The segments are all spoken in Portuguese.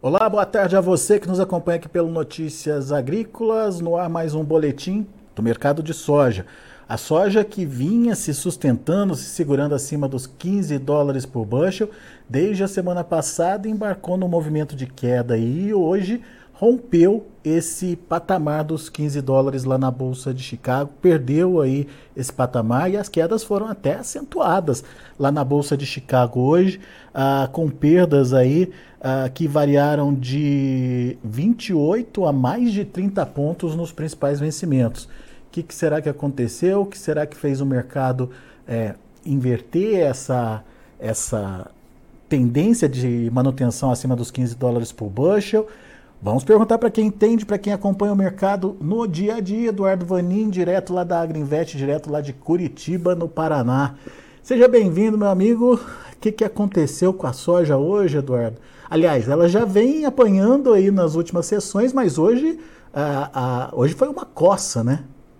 Olá, boa tarde a você que nos acompanha aqui pelo Notícias Agrícolas. No ar mais um boletim do mercado de soja. A soja que vinha se sustentando, se segurando acima dos 15 dólares por bushel, desde a semana passada embarcou no movimento de queda e hoje rompeu esse patamar dos 15 dólares lá na Bolsa de Chicago, perdeu aí esse patamar e as quedas foram até acentuadas lá na Bolsa de Chicago hoje, com perdas aí que variaram de 28 a mais de 30 pontos nos principais vencimentos. O que será que aconteceu? O que será que fez o mercado inverter essa tendência de manutenção acima dos 15 dólares por bushel? Vamos perguntar para quem entende, para quem acompanha o mercado no dia a dia. Eduardo Vanin, direto lá da Agrinvest, direto lá de Curitiba, no Paraná. Seja bem-vindo, meu amigo. O que aconteceu com a soja hoje, Eduardo? Aliás, ela já vem apanhando aí nas últimas sessões, mas hoje, hoje foi uma coça, né?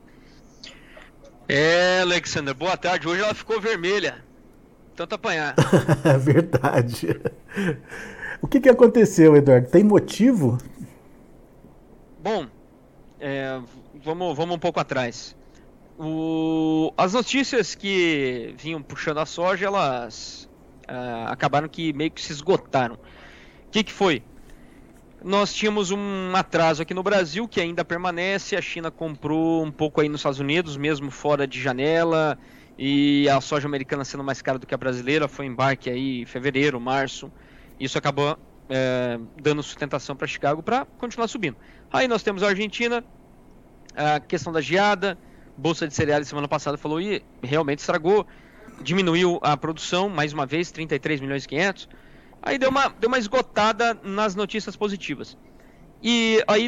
Alexander, boa tarde. Hoje ela ficou vermelha. Tanto apanhar. É verdade. O que aconteceu, Eduardo? Tem motivo? Bom, vamos um pouco atrás. As notícias que vinham puxando a soja, elas acabaram que meio que se esgotaram. O que foi? Nós tínhamos um atraso aqui no Brasil que ainda permanece. A China comprou um pouco aí nos Estados Unidos, mesmo fora de janela, e a soja americana sendo mais cara do que a brasileira, foi embarque aí em fevereiro, março. Isso acabou dando sustentação para Chicago para continuar subindo. Aí nós temos a Argentina, a questão da geada, Bolsa de Cereais semana passada falou e realmente estragou, diminuiu a produção, mais uma vez, 33 milhões e 500. Aí deu uma esgotada nas notícias positivas. E aí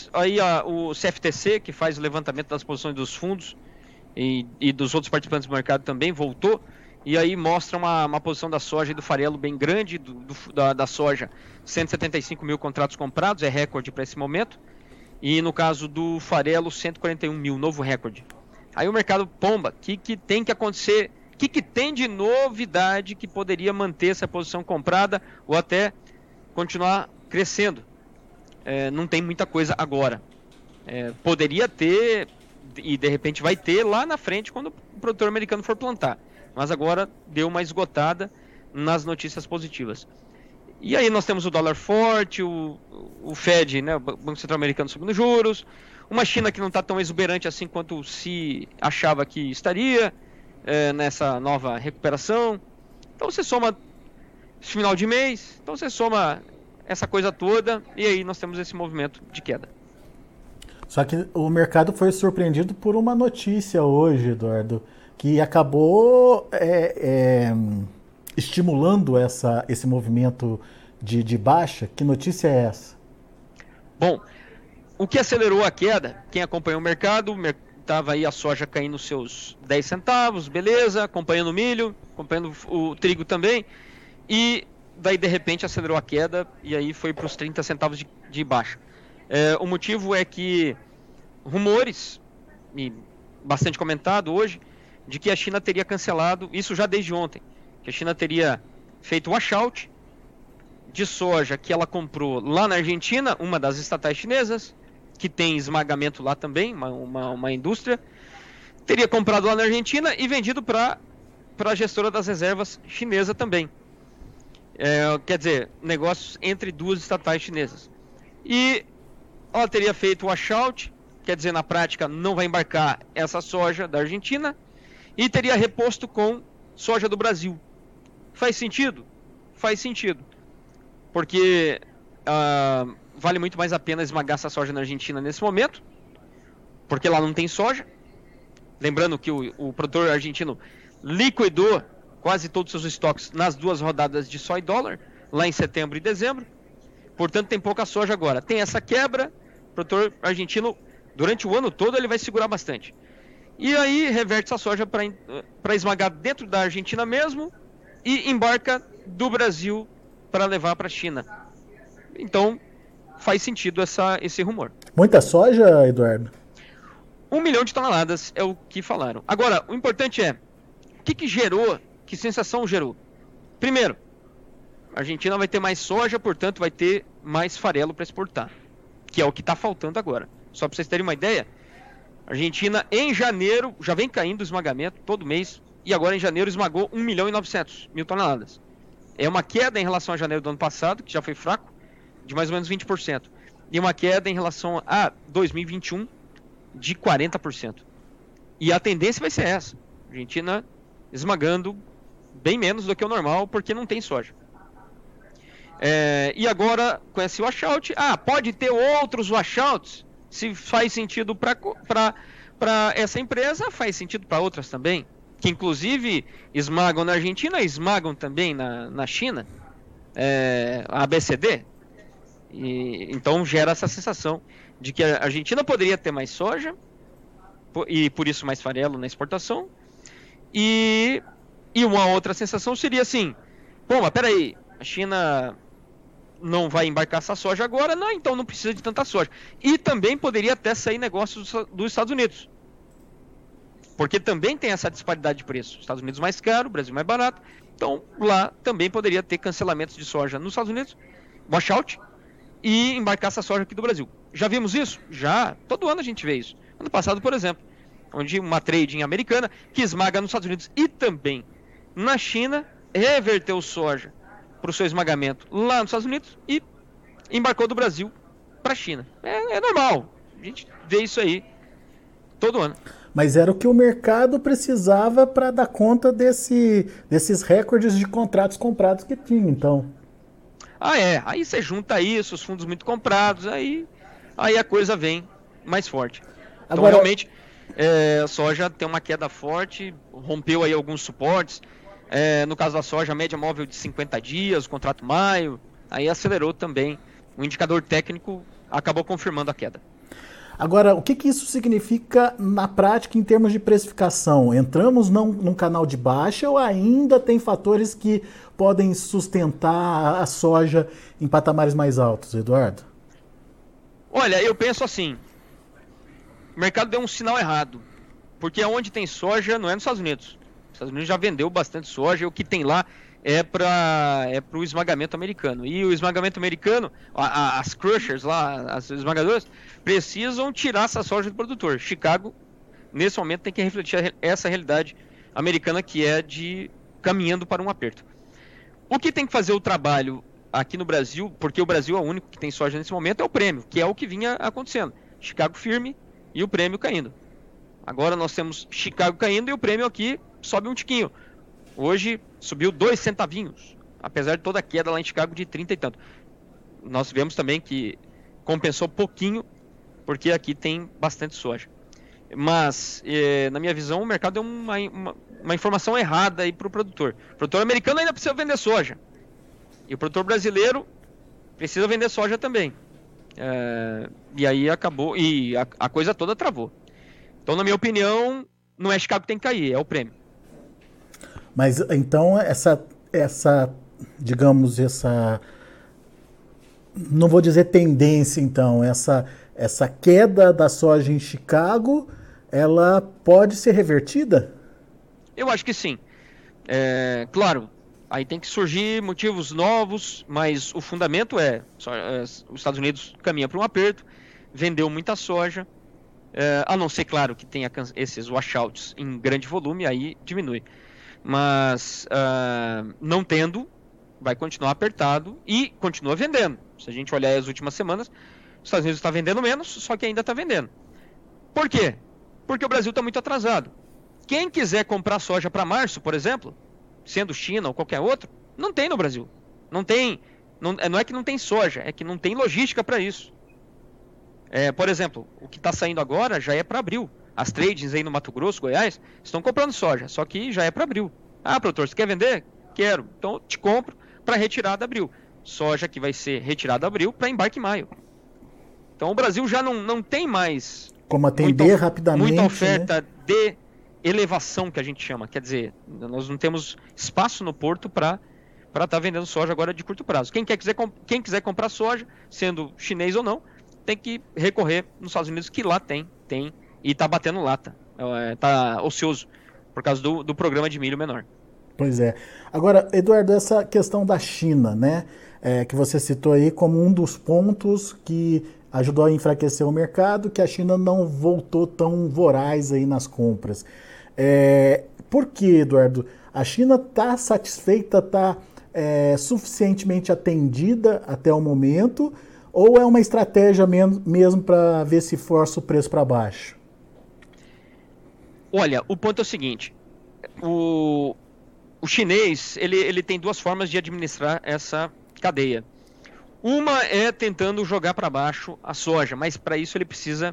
o CFTC, que faz o levantamento das posições dos fundos e dos outros participantes do mercado também, voltou. E aí mostra uma posição da soja e do farelo bem grande, da soja, 175 mil contratos comprados, é recorde para esse momento. E no caso do farelo, 141 mil, novo recorde. Aí o mercado pomba, o que tem que acontecer? O que tem de novidade que poderia manter essa posição comprada ou até continuar crescendo? Não tem muita coisa agora. Poderia ter, e de repente vai ter lá na frente quando o produtor americano for plantar. Mas agora deu uma esgotada nas notícias positivas. E aí nós temos o dólar forte, o Fed, né, o Banco Central Americano subindo juros, uma China que não está tão exuberante assim quanto se achava que estaria nessa nova recuperação. Então você soma esse final de mês, então você soma essa coisa toda e aí nós temos esse movimento de queda. Só que o mercado foi surpreendido por uma notícia hoje, Eduardo, que acabou estimulando esse movimento de baixa. Que notícia é essa? Bom, o que acelerou a queda, quem acompanhou o mercado, estava aí a soja caindo seus 10 centavos, beleza, acompanhando o milho, acompanhando o trigo também, e daí de repente acelerou a queda e aí foi para os 30 centavos de baixa. O motivo é que rumores, e bastante comentado hoje, de que a China teria cancelado, isso já desde ontem, que a China teria feito washout de soja que ela comprou lá na Argentina, uma das estatais chinesas, que tem esmagamento lá também, uma indústria, teria comprado lá na Argentina e vendido para a gestora das reservas chinesa também. Quer dizer, negócios entre duas estatais chinesas. E ela teria feito o washout, quer dizer, na prática, não vai embarcar essa soja da Argentina, e teria reposto com soja do Brasil. Faz sentido? Faz sentido. Porque vale muito mais a pena esmagar essa soja na Argentina nesse momento, porque lá não tem soja. Lembrando que o produtor argentino liquidou quase todos os seus estoques nas duas rodadas de soy dólar, lá em setembro e dezembro. Portanto, tem pouca soja agora. Tem essa quebra, o produtor argentino, durante o ano todo, ele vai segurar bastante. E aí, reverte essa soja para esmagar dentro da Argentina mesmo e embarca do Brasil para levar para a China. Então, faz sentido esse rumor. Muita soja, Eduardo? 1 milhão de toneladas é o que falaram. Agora, o importante é, o que gerou, que sensação gerou? Primeiro, A Argentina vai ter mais soja, portanto vai ter mais farelo para exportar, que é o que está faltando agora. Só para vocês terem uma ideia, a Argentina em janeiro já vem caindo o esmagamento todo mês, e agora em janeiro esmagou 1.900.000 toneladas. É uma queda em relação a janeiro do ano passado, que já foi fraco, de mais ou menos 20%. E uma queda em relação a 2021 de 40%. E a tendência vai ser essa. A Argentina esmagando bem menos do que o normal, porque não tem soja. E agora, com esse washout, pode ter outros washouts, se faz sentido para essa empresa, faz sentido para outras também, que inclusive esmagam na Argentina, esmagam também na China, a ABCD. Então gera essa sensação de que a Argentina poderia ter mais soja, e por isso mais farelo na exportação, e uma outra sensação seria assim, mas peraí, a China não vai embarcar essa soja agora, então não precisa de tanta soja. E também poderia até sair negócio dos Estados Unidos, porque também tem essa disparidade de preço. Estados Unidos mais caro, Brasil mais barato. Então lá também poderia ter cancelamentos de soja nos Estados Unidos, washout, e embarcar essa soja aqui do Brasil. Já vimos isso? Já. Todo ano a gente vê isso. Ano passado, por exemplo, onde uma trading americana que esmaga nos Estados Unidos e também na China, reverteu soja para o seu esmagamento lá nos Estados Unidos e embarcou do Brasil para a China. É normal. A gente vê isso aí todo ano. Mas era o que o mercado precisava para dar conta desses recordes de contratos comprados que tinha, então. Aí você junta isso, os fundos muito comprados, aí a coisa vem mais forte. Então Agora, realmente a soja tem uma queda forte, rompeu aí alguns suportes. No caso da soja, a média móvel de 50 dias, o contrato maio, aí acelerou também. O indicador técnico acabou confirmando a queda. Agora, o que isso significa na prática em termos de precificação? Entramos num canal de baixa ou ainda tem fatores que podem sustentar a soja em patamares mais altos, Eduardo? Olha, eu penso assim, o mercado deu um sinal errado, porque onde tem soja não é nos Estados Unidos. Os Estados Unidos já vendeu bastante soja, e o que tem lá é para o esmagamento americano. E o esmagamento americano, as crushers lá, as esmagadoras, precisam tirar essa soja do produtor. Chicago, nesse momento, tem que refletir essa realidade americana que é de caminhando para um aperto. O que tem que fazer o trabalho aqui no Brasil, porque o Brasil é o único que tem soja nesse momento, é o prêmio, que é o que vinha acontecendo. Chicago firme e o prêmio caindo. Agora nós temos Chicago caindo e o prêmio aqui sobe um tiquinho. Hoje subiu 2 centavinhos, apesar de toda a queda lá em Chicago de 30 e tanto. Nós vemos também que compensou pouquinho, porque aqui tem bastante soja. Mas, na minha visão, o mercado deu uma informação errada aí para o produtor. O produtor americano ainda precisa vender soja. E o produtor brasileiro precisa vender soja também. E aí acabou, e a coisa toda travou. Então, na minha opinião, não é Chicago que tem que cair, é o prêmio. Mas então essa digamos, não vou dizer tendência então, essa queda da soja em Chicago, ela pode ser revertida? Eu acho que sim. Claro, aí tem que surgir motivos novos, mas o fundamento os Estados Unidos caminha para um aperto, vendeu muita soja, a não ser, claro, que tenha esses washouts em grande volume, aí diminui. Mas não tendo, vai continuar apertado e continua vendendo. Se a gente olhar as últimas semanas, os Estados Unidos está vendendo menos, só que ainda está vendendo. Por quê? Porque o Brasil está muito atrasado. Quem quiser comprar soja para março, por exemplo, sendo China ou qualquer outro, não tem no Brasil. Não é que não tem soja, é que não tem logística para isso. Por exemplo, o que está saindo agora já é para abril. As tradings aí no Mato Grosso, Goiás, estão comprando soja, só que já é para abril. Produtor, você quer vender? Quero. Então eu te compro para retirada abril. Soja que vai ser retirada abril para embarque em maio. Então o Brasil já não tem mais como atender rapidamente, muita oferta, né, de elevação, que a gente chama. Quer dizer, nós não temos espaço no porto para estar vendendo soja agora de curto prazo. Quem quiser comprar soja, sendo chinês ou não, tem que recorrer nos Estados Unidos, que lá tem e está batendo lata. Está ocioso por causa do programa de milho menor. Pois é. Agora, Eduardo, essa questão da China, né, que você citou aí como um dos pontos que ajudou a enfraquecer o mercado, que a China não voltou tão voraz aí nas compras. Por que, Eduardo? A China está satisfeita, está suficientemente atendida até o momento, ou é uma estratégia mesmo para ver se força o preço para baixo? Olha, o ponto é o seguinte, o chinês, ele tem duas formas de administrar essa cadeia. Uma é tentando jogar para baixo a soja, mas para isso ele precisa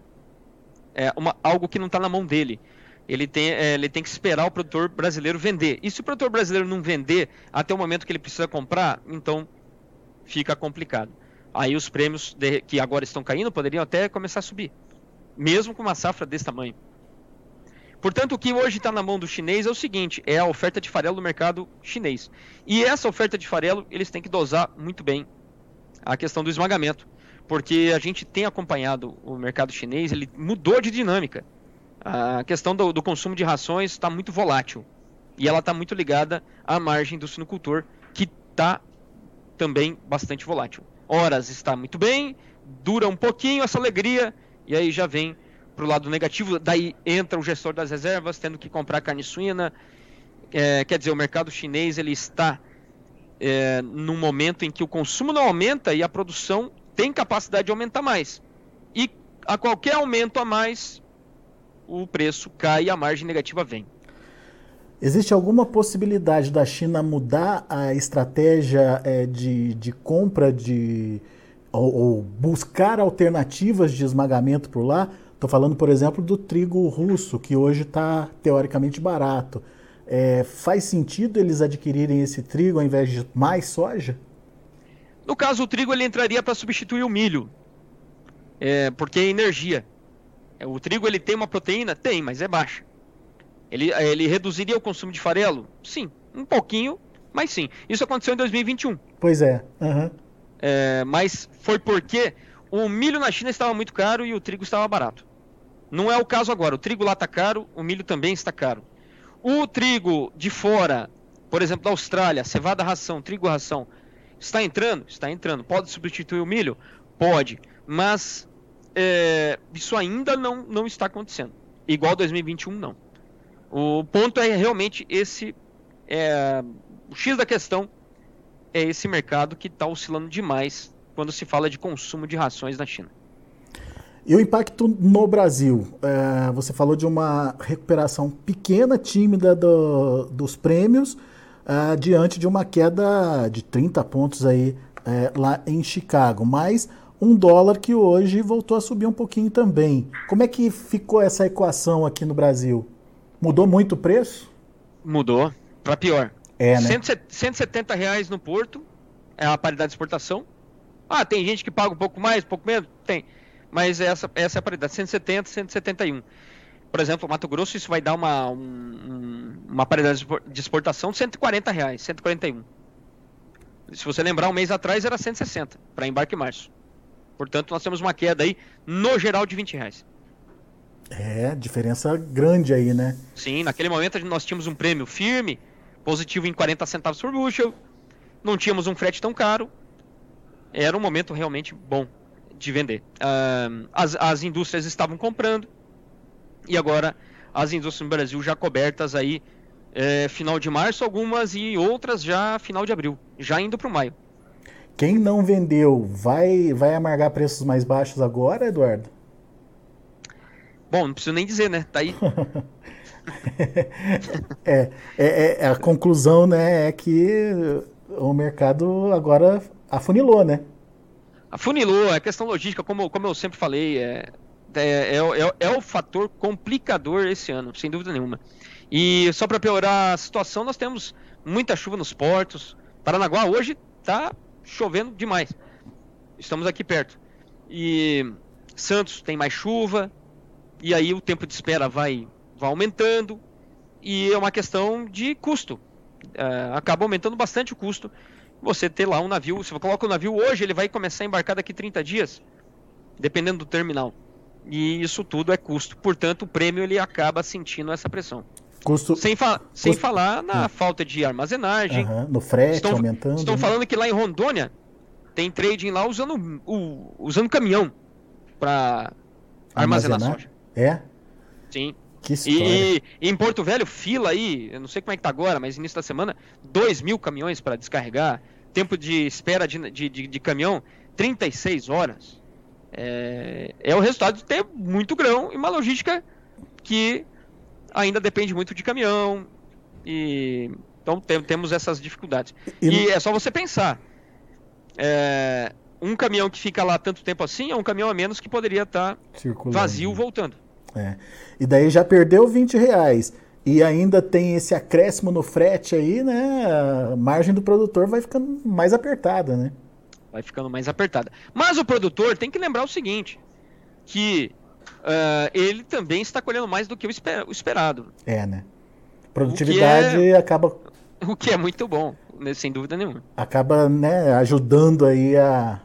algo que não está na mão dele. Ele tem que esperar o produtor brasileiro vender. E se o produtor brasileiro não vender até o momento que ele precisa comprar, então fica complicado. Aí os prêmios que agora estão caindo poderiam até começar a subir, mesmo com uma safra desse tamanho. Portanto, o que hoje está na mão do chinês é o seguinte, é a oferta de farelo do mercado chinês. E essa oferta de farelo, eles têm que dosar muito bem a questão do esmagamento, porque a gente tem acompanhado o mercado chinês, ele mudou de dinâmica. A questão do consumo de rações está muito volátil, e ela está muito ligada à margem do suinocultor, que está também bastante volátil. Horas está muito bem, dura um pouquinho essa alegria, e aí já vem para o lado negativo, daí entra o gestor das reservas, tendo que comprar carne suína. Quer dizer, o mercado chinês ele está num momento em que o consumo não aumenta e a produção tem capacidade de aumentar mais. E a qualquer aumento a mais, o preço cai e a margem negativa vem. Existe alguma possibilidade da China mudar a estratégia de compra ou buscar alternativas de esmagamento por lá? Estou falando, por exemplo, do trigo russo, que hoje está teoricamente barato. Faz sentido eles adquirirem esse trigo ao invés de mais soja? No caso, o trigo ele entraria para substituir o milho, porque é energia. O trigo ele tem uma proteína? Tem, mas é baixa. Ele reduziria o consumo de farelo? Sim, um pouquinho, mas sim. Isso aconteceu em 2021. Pois é. Uhum. Mas foi porque o milho na China estava muito caro e o trigo estava barato. Não é o caso agora. O trigo lá está caro, o milho também está caro. O trigo de fora, por exemplo, da Austrália, cevada ração, trigo ração, está entrando? Está entrando. Pode substituir o milho? Pode. Mas isso ainda não está acontecendo. Igual 2021, não. O ponto é realmente esse... o X da questão é esse mercado que está oscilando demais quando se fala de consumo de rações na China. E o impacto no Brasil? Você falou de uma recuperação pequena, tímida dos prêmios, diante de uma queda de 30 pontos aí, lá em Chicago. Mas um dólar que hoje voltou a subir um pouquinho também. Como é que ficou essa equação aqui no Brasil? Mudou muito o preço? Mudou, para pior. Né? R$170 no porto, é a paridade de exportação. Tem gente que paga um pouco mais, um pouco menos? Tem. Mas essa é a paridade, 170, 171. Por exemplo, Mato Grosso, isso vai dar uma paridade de exportação de R$140, 141. Se você lembrar, um mês atrás era 160, para embarque em março. Portanto, nós temos uma queda aí, no geral, de R$20. Diferença grande aí, né? Sim, naquele momento nós tínhamos um prêmio firme, positivo em 40 centavos por bushel, não tínhamos um frete tão caro, era um momento realmente bom de vender. As indústrias estavam comprando, e agora as indústrias no Brasil já cobertas aí, final de março algumas e outras já final de abril, já indo para o maio. Quem não vendeu vai amargar preços mais baixos agora, Eduardo? Bom, não preciso nem dizer, né? Tá aí. A conclusão, né, é que o mercado agora afunilou, né? Afunilou, é questão logística, como eu sempre falei, é o fator complicador esse ano, sem dúvida nenhuma. E só para piorar a situação, nós temos muita chuva nos portos. Paranaguá hoje está chovendo demais. Estamos aqui perto. E Santos tem mais chuva, e aí o tempo de espera vai aumentando, e é uma questão de custo. Acaba aumentando bastante o custo. Você ter lá um navio, se você coloca o navio hoje, ele vai começar a embarcar daqui 30 dias, dependendo do terminal. E isso tudo é custo. Portanto, o prêmio ele acaba sentindo essa pressão. Custo, Sem falar na falta de armazenagem. No frete aumentando. Estão falando que lá em Rondônia tem trading lá usando caminhão para armazenar soja. É? Sim. Que história. E em Porto Velho, fila aí, eu não sei como é que tá agora, mas início da semana, 2.000 caminhões para descarregar. Tempo de espera de caminhão, 36 horas. É o resultado de ter muito grão e uma logística que ainda depende muito de caminhão. Então temos essas dificuldades. E é só você pensar. Um caminhão que fica lá tanto tempo assim é um caminhão a menos que poderia estar vazio voltando. E daí já perdeu R$20. E ainda tem esse acréscimo no frete aí, né? A margem do produtor vai ficando mais apertada, né? Vai ficando mais apertada. Mas o produtor tem que lembrar o seguinte, que ele também está colhendo mais do que o esperado. Né? Produtividade acaba... O que é muito bom, né? Sem dúvida nenhuma. Acaba, né, ajudando aí a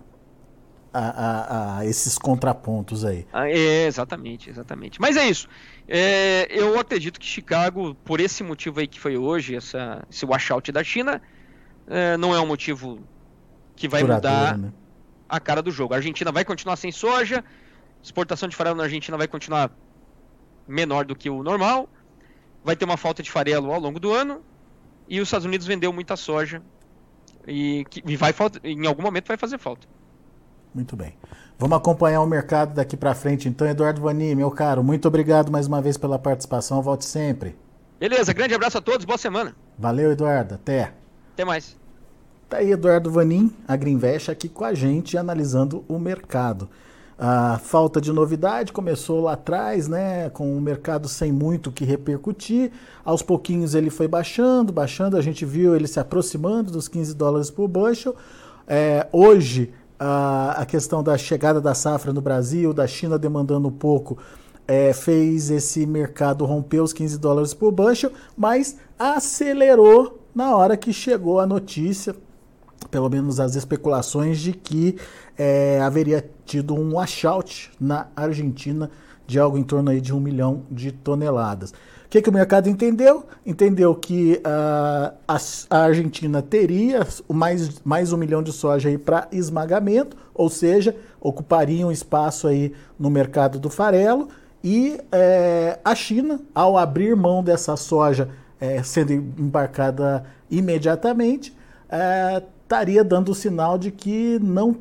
esses contrapontos aí. Exatamente. Mas é isso. Eu acredito que Chicago, por esse motivo aí que foi hoje, esse washout da China, não é um motivo que vai mudar, né, a cara do jogo. A Argentina vai continuar sem soja, exportação de farelo na Argentina vai continuar menor do que o normal, vai ter uma falta de farelo ao longo do ano, e os Estados Unidos vendeu muita soja, e em algum momento vai fazer falta. Muito bem. Vamos acompanhar o mercado daqui para frente, então. Eduardo Vanin, meu caro, muito obrigado mais uma vez pela participação. Volte sempre. Beleza, grande abraço a todos, boa semana. Valeu, Eduardo. Até mais. Tá aí Eduardo Vanin, Agriinvest, aqui com a gente, analisando o mercado. A falta de novidade começou lá atrás, né, com o mercado sem muito o que repercutir. Aos pouquinhos ele foi baixando, a gente viu ele se aproximando dos $15 por bushel. Hoje, a questão da chegada da safra no Brasil, da China demandando um pouco, fez esse mercado romper os $15 por bushel, mas acelerou na hora que chegou a notícia, pelo menos as especulações, de que haveria tido um washout na Argentina de algo em torno aí de 1 milhão de toneladas. O que o mercado entendeu? Entendeu que a Argentina teria mais 1 milhão de soja aí para esmagamento, ou seja, ocuparia um espaço aí no mercado do farelo, e a China, ao abrir mão dessa soja sendo embarcada imediatamente, estaria dando o sinal de que não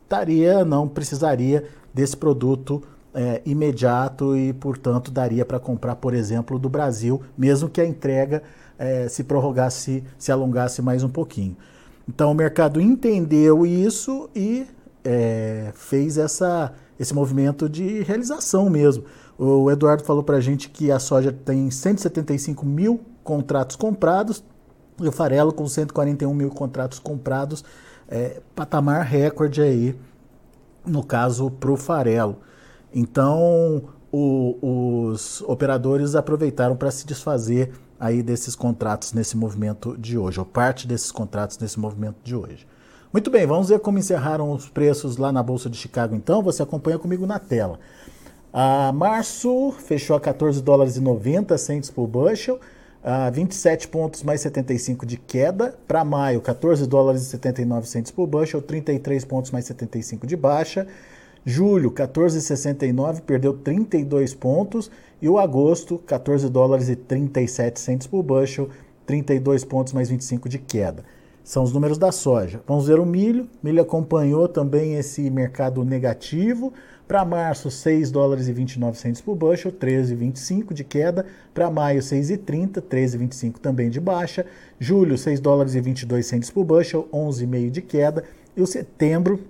precisaria desse produto imediato e, portanto, daria para comprar, por exemplo, do Brasil, mesmo que a entrega se prorrogasse, se alongasse mais um pouquinho. Então, o mercado entendeu isso e fez esse movimento de realização mesmo. O Eduardo falou para a gente que a soja tem 175 mil contratos comprados e o farelo com 141 mil contratos comprados, patamar recorde aí, no caso, para o farelo. Então, os operadores aproveitaram para se desfazer aí desses contratos nesse movimento de hoje, ou parte desses contratos nesse movimento de hoje. Muito bem, vamos ver como encerraram os preços lá na Bolsa de Chicago então. Você acompanha comigo na tela. A março fechou a $14,90 por bushel, 27 pontos mais 75 de queda. Para maio, $14,79 por bushel, 33 pontos mais 75 de baixa. Julho, 14,69, perdeu 32 pontos. E o agosto, $14,37 por bushel, 32 pontos mais 25 de queda. São os números da soja. Vamos ver o milho. Milho acompanhou também esse mercado negativo. Para março, $6,29 por bushel, 13,25 de queda. Para maio, 6,30, 13,25 também de baixa. Julho, $6,22 por bushel, 11,5 de queda. E o setembro,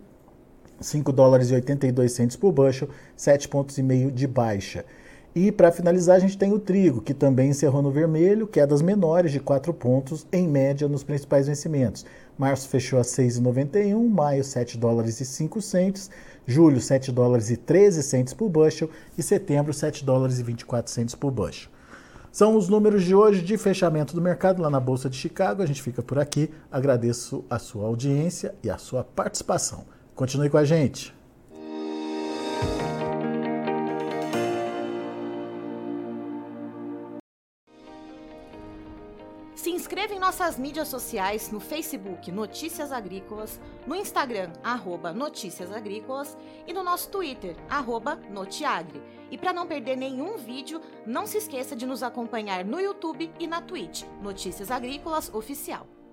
$5,82 por bushel, 7,5 pontos de baixa. E para finalizar, a gente tem o trigo, que também encerrou no vermelho, quedas menores de 4 pontos em média nos principais vencimentos. Março fechou a 6,91, maio $7,05, julho $7,13 por bushel e setembro $7,24 por bushel. São os números de hoje de fechamento do mercado lá na Bolsa de Chicago. A gente fica por aqui. Agradeço a sua audiência e a sua participação. Continue com a gente. Se inscreva em nossas mídias sociais, no Facebook Notícias Agrícolas, no Instagram @Notícias Agrícolas e no nosso Twitter @Notiagre. E para não perder nenhum vídeo, não se esqueça de nos acompanhar no YouTube e na Twitch, Notícias Agrícolas Oficial.